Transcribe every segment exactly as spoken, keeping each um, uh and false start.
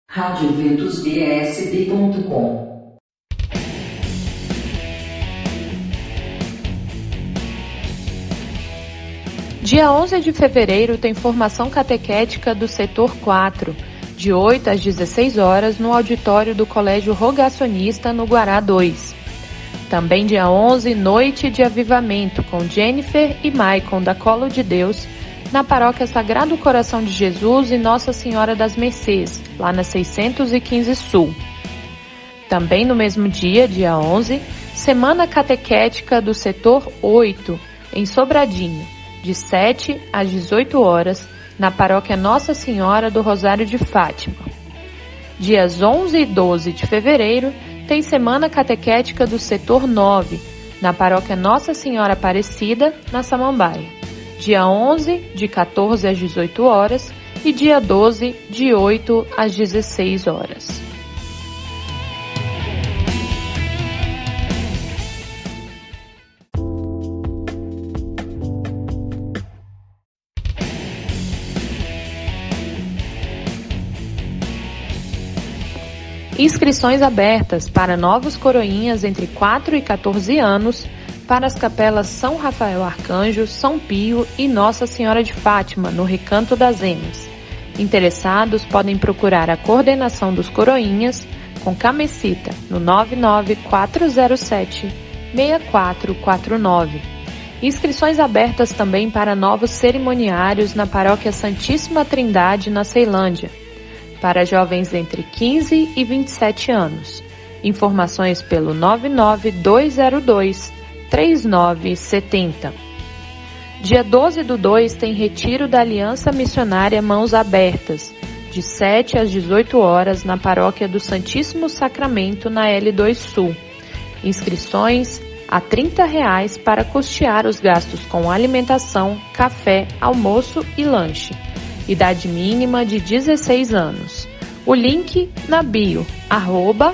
rádio ventus b s b ponto com. Dia onze de fevereiro tem formação catequética do setor quatro, de oito às dezesseis horas, no auditório do Colégio Rogacionista, no Guará dois. Também dia onze, noite de avivamento, com Jennifer e Maicon, da Colo de Deus, na Paróquia Sagrado Coração de Jesus e Nossa Senhora das Mercês, lá na seiscentos e quinze Sul. Também no mesmo dia, dia onze, Semana Catequética do Setor oito, em Sobradinho, de sete às dezoito horas, na Paróquia Nossa Senhora do Rosário de Fátima. Dias onze e doze de fevereiro, tem Semana Catequética do Setor nove, na Paróquia Nossa Senhora Aparecida, na Samambaia. Dia onze, de quatorze às dezoito horas, e dia doze, de oito às dezesseis horas. Inscrições abertas para novos coroinhas entre quatro e quatorze anos para as capelas São Rafael Arcanjo, São Pio e Nossa Senhora de Fátima, no Recanto das Emas. Interessados podem procurar a coordenação dos coroinhas com Camecita no nove nove quatro zero sete, seis quatro quatro nove. Inscrições abertas também para novos cerimoniários na Paróquia Santíssima Trindade, na Ceilândia, para jovens entre quinze e vinte e sete anos. Informações pelo nove nove dois zero dois, três nove sete zero. Dia doze do dois tem retiro da Aliança Missionária Mãos Abertas, de sete às dezoito horas, na Paróquia do Santíssimo Sacramento, na L dois Sul. Inscrições a trinta reais para custear os gastos com alimentação, café, almoço e lanche. Idade mínima de dezesseis anos. O link na bio, arroba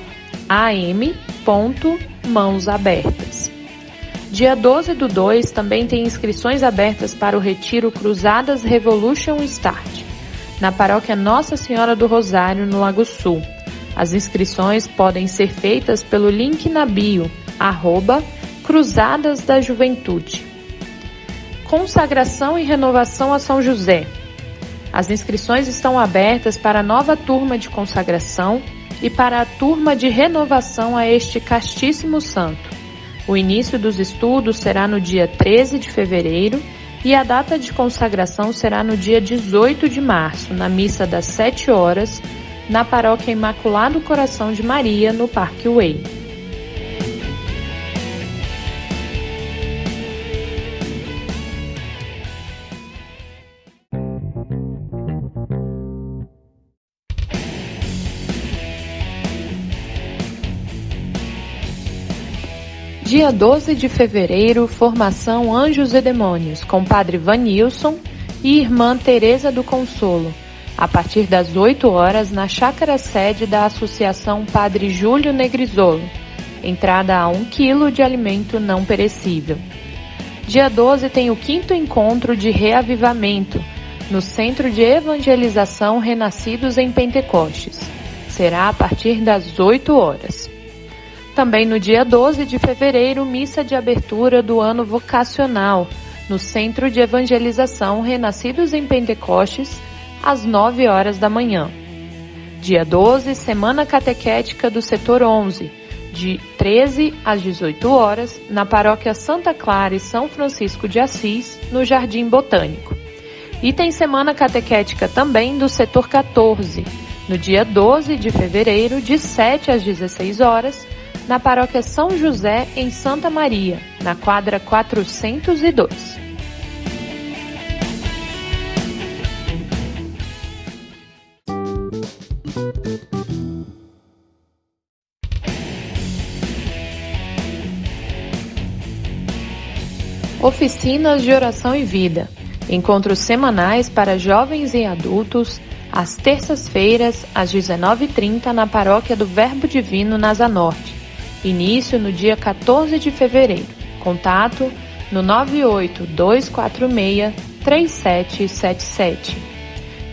am.mãosabertas. Dia doze do dois também tem inscrições abertas para o Retiro Cruzadas Revolution Start, na Paróquia Nossa Senhora do Rosário, no Lago Sul. As inscrições podem ser feitas pelo link na bio, arroba Cruzadas da Juventude. Consagração e renovação a São José. As inscrições estão abertas para a nova turma de consagração e para a turma de renovação a este castíssimo santo. O início dos estudos será no dia treze de fevereiro e a data de consagração será no dia dezoito de março, na missa das sete horas, na Paróquia Imaculado Coração de Maria, no Parque Way. Dia doze de fevereiro, formação Anjos e Demônios, com Padre Vanilson e Irmã Teresa do Consolo, a partir das oito horas, na chácara sede da Associação Padre Júlio Negrisolo. Entrada a um quilo de alimento não perecível. Dia doze tem o quinto encontro de reavivamento, no Centro de Evangelização Renascidos em Pentecostes. Será a partir das oito horas. Também no dia doze de fevereiro, missa de abertura do ano vocacional, no Centro de Evangelização Renascidos em Pentecostes, às nove horas da manhã. Dia doze, Semana Catequética do Setor onze, de treze às dezoito horas, na Paróquia Santa Clara e São Francisco de Assis, no Jardim Botânico. E tem Semana Catequética também do Setor quatorze, no dia doze de fevereiro, de sete às dezesseis horas, na Paróquia São José, em Santa Maria, na quadra quatrocentos e dois. Oficinas de Oração e Vida. Encontros semanais para jovens e adultos, às terças-feiras, às dezenove e trinta, na Paróquia do Verbo Divino, na Asa Norte. Início no dia quatorze de fevereiro. Contato no nove oito dois quatro seis, três sete sete sete.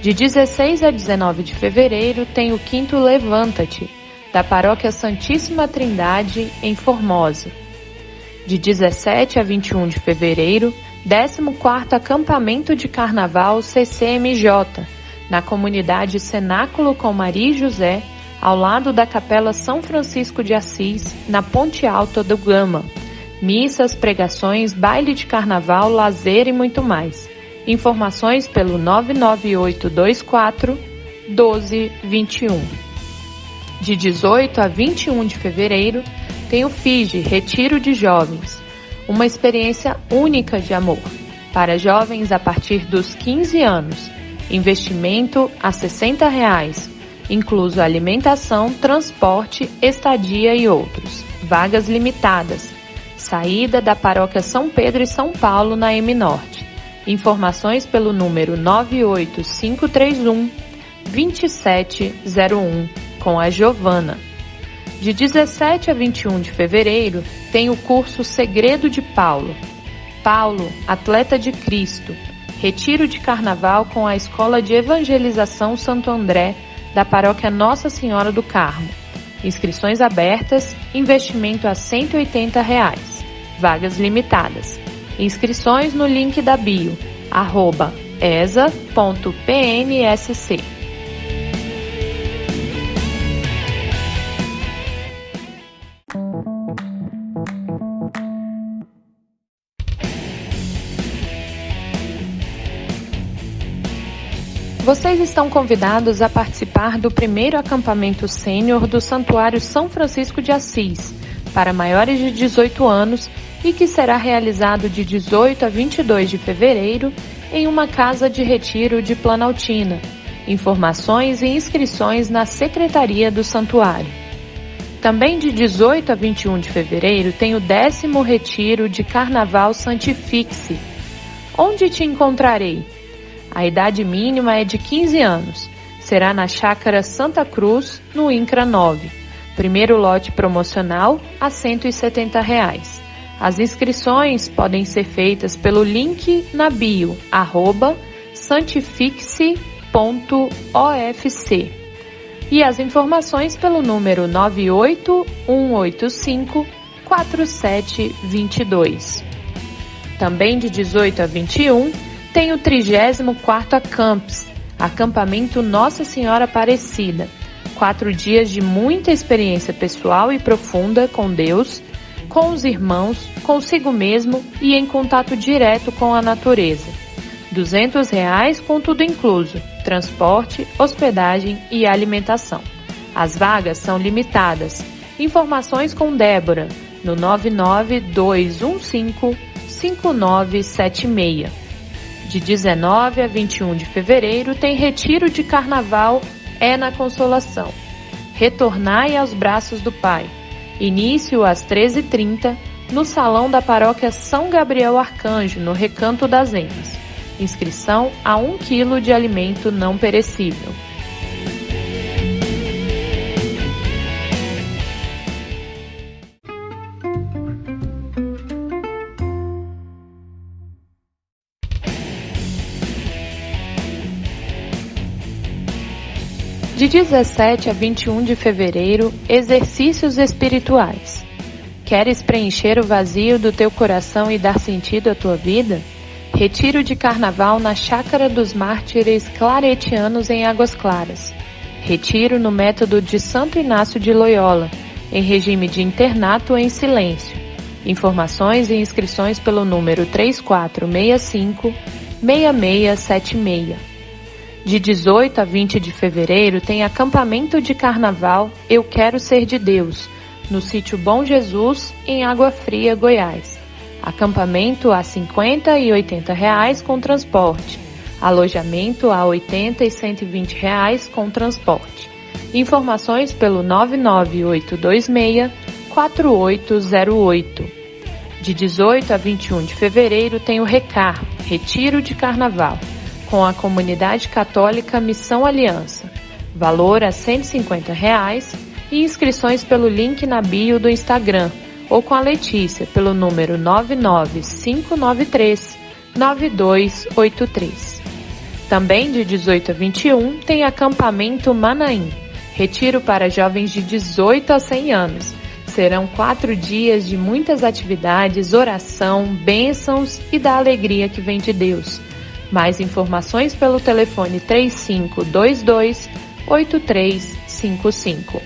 De dezesseis a dezenove de fevereiro tem o quinto Levanta-te, da Paróquia Santíssima Trindade, em Formosa. De dezessete a vinte e um de fevereiro, décimo quarto Acampamento de Carnaval C C M J, na comunidade Cenáculo com Maria e José, ao lado da Capela São Francisco de Assis, na Ponte Alta do Gama. Missas, pregações, baile de carnaval, lazer e muito mais. Informações pelo nove nove oito dois quatro um dois dois um. De dezoito a vinte e um de fevereiro, tem o F I G, Retiro de Jovens, uma experiência única de amor, para jovens a partir dos quinze anos, investimento a sessenta reais, incluso alimentação, transporte, estadia e outros, vagas limitadas, saída da Paróquia São Pedro e São Paulo na M Norte. Informações pelo número nove oito cinco três um dois sete zero um, com a Giovana. De dezessete a vinte e um de fevereiro, tem o curso Segredo de Paulo. Paulo, atleta de Cristo. Retiro de Carnaval com a Escola de Evangelização Santo André, da Paróquia Nossa Senhora do Carmo. Inscrições abertas, investimento a cento e oitenta reais. Vagas limitadas. Inscrições no link da bio, arroba esa ponto p n s c. Vocês estão convidados a participar do primeiro acampamento sênior do Santuário São Francisco de Assis, para maiores de dezoito anos, e que será realizado de dezoito a vinte e dois de fevereiro em uma casa de retiro de Planaltina. Informações e inscrições na Secretaria do Santuário. Também de dezoito a vinte e um de fevereiro tem o décimo Retiro de Carnaval Santifique-se. Onde te encontrarei? A idade mínima é de quinze anos. Será na Chácara Santa Cruz, no INCRA nove. Primeiro lote promocional a cento e setenta reais. As inscrições podem ser feitas pelo link na bio, arroba santifique-se ponto o f c. E as informações pelo número nove oito um oito cinco quatro sete dois dois. Também de dezoito a vinte e um, tem o trigésimo quarto Acamps, Acampamento Nossa Senhora Aparecida. Quatro dias de muita experiência pessoal e profunda com Deus, com os irmãos, consigo mesmo e em contato direto com a natureza. duzentos reais com tudo incluso, transporte, hospedagem e alimentação. As vagas são limitadas. Informações com Débora, no nove nove dois um cinco cinco nove sete seis. De dezenove a vinte e um de fevereiro tem Retiro de Carnaval É na Consolação. Retornai aos braços do Pai. Início às treze e trinta, no Salão da Paróquia São Gabriel Arcanjo, no Recanto das Emas. Inscrição a um quilo de alimento não perecível. De dezessete a vinte e um de fevereiro, exercícios espirituais. Queres preencher o vazio do teu coração e dar sentido à tua vida? Retiro de Carnaval na Chácara dos Mártires Claretianos em Águas Claras. Retiro no método de Santo Inácio de Loyola, em regime de internato em silêncio. Informações e inscrições pelo número três quatro seis cinco seis seis sete seis. De dezoito a vinte de fevereiro tem acampamento de carnaval Eu Quero Ser de Deus, no sítio Bom Jesus, em Água Fria, Goiás. Acampamento a cinquenta e oitenta reais com transporte. Alojamento a oitenta e cento e vinte reais com transporte. Informações pelo nove nove oito dois seis quatro oito zero oito. De dezoito a vinte e um de fevereiro tem o RECAR, Retiro de Carnaval, com a Comunidade Católica Missão Aliança. Valor a cento e cinquenta reais e inscrições pelo link na bio do Instagram ou com a Letícia pelo número nove nove cinco nove três nove dois oito três. Também de dezoito a vinte e um tem acampamento Manaim, retiro para jovens de dezoito a cem anos. Serão quatro dias de muitas atividades, oração, bênçãos e da alegria que vem de Deus. Mais informações pelo telefone três cinco dois dois, oito três cinco cinco.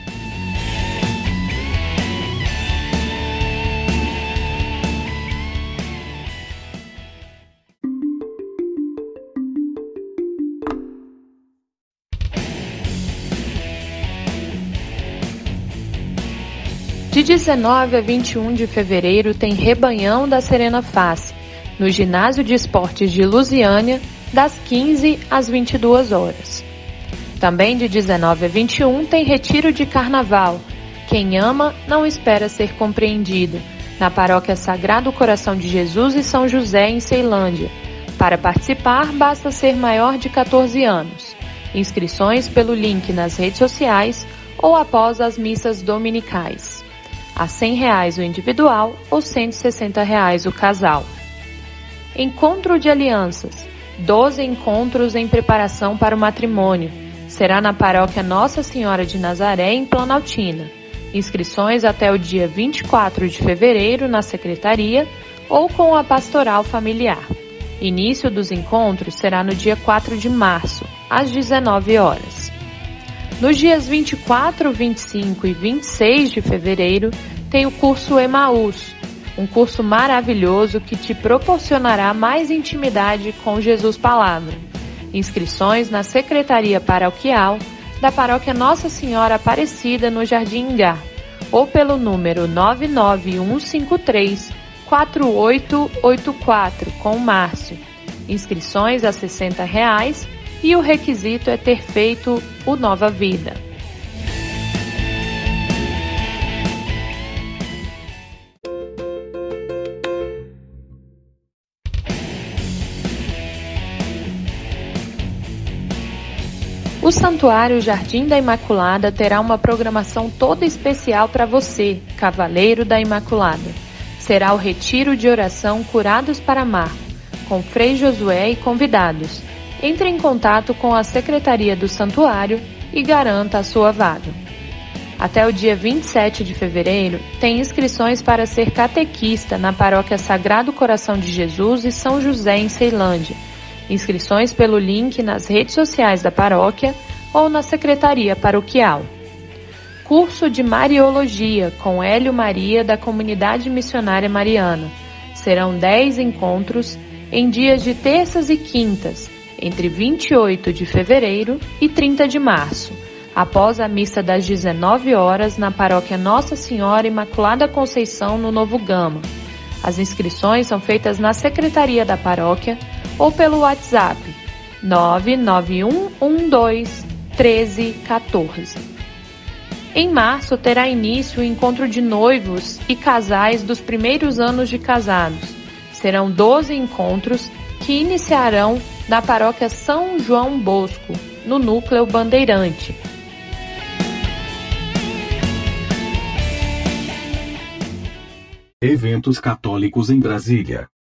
De dezenove a vinte e um de fevereiro tem Rebanhão da Serena Face, no Ginásio de Esportes de Lusiânia, das quinze às vinte e duas horas. Também de dezenove a vinte e um tem Retiro de Carnaval. Quem ama não espera ser compreendido, na Paróquia Sagrado Coração de Jesus e São José, em Ceilândia. Para participar, basta ser maior de catorze anos. Inscrições pelo link nas redes sociais ou após as missas dominicais. A cem reais o individual ou cento e sessenta reais o casal. Encontro de alianças. doze encontros em preparação para o matrimônio. Será na paróquia Nossa Senhora de Nazaré, em Planaltina. Inscrições até o dia vinte e quatro de fevereiro na secretaria ou com a pastoral familiar. Início dos encontros será no dia quatro de março, às dezenove horas. Nos dias vinte e quatro, vinte e cinco e vinte e seis de fevereiro, tem o curso Emaús, um curso maravilhoso que te proporcionará mais intimidade com Jesus Palavra. Inscrições na Secretaria Paroquial da Paróquia Nossa Senhora Aparecida, no Jardim Ingá, ou pelo número nove nove um cinco três, quatro oito oito quatro com o Márcio. Inscrições a sessenta reais e o requisito é ter feito o Nova Vida. O Santuário Jardim da Imaculada terá uma programação toda especial para você, Cavaleiro da Imaculada. Será o Retiro de Oração Curados para Amar, com Frei Josué e convidados. Entre em contato com a Secretaria do Santuário e garanta a sua vaga. Até o dia vinte e sete de fevereiro, tem inscrições para ser catequista na Paróquia Sagrado Coração de Jesus e São José, em Ceilândia. Inscrições pelo link nas redes sociais da paróquia ou na Secretaria Paroquial. Curso de Mariologia com Hélio Maria, da Comunidade Missionária Mariana. Serão dez encontros em dias de terças e quintas, entre vinte e oito de fevereiro e trinta de março, após a missa das dezenove horas na Paróquia Nossa Senhora Imaculada Conceição, no Novo Gama. As inscrições são feitas na Secretaria da Paróquia ou pelo WhatsApp nove nove um um dois, um três um quatro. Em março terá início o encontro de noivos e casais dos primeiros anos de casados. Serão doze encontros que iniciarão na Paróquia São João Bosco, no Núcleo Bandeirante. Eventos católicos em Brasília.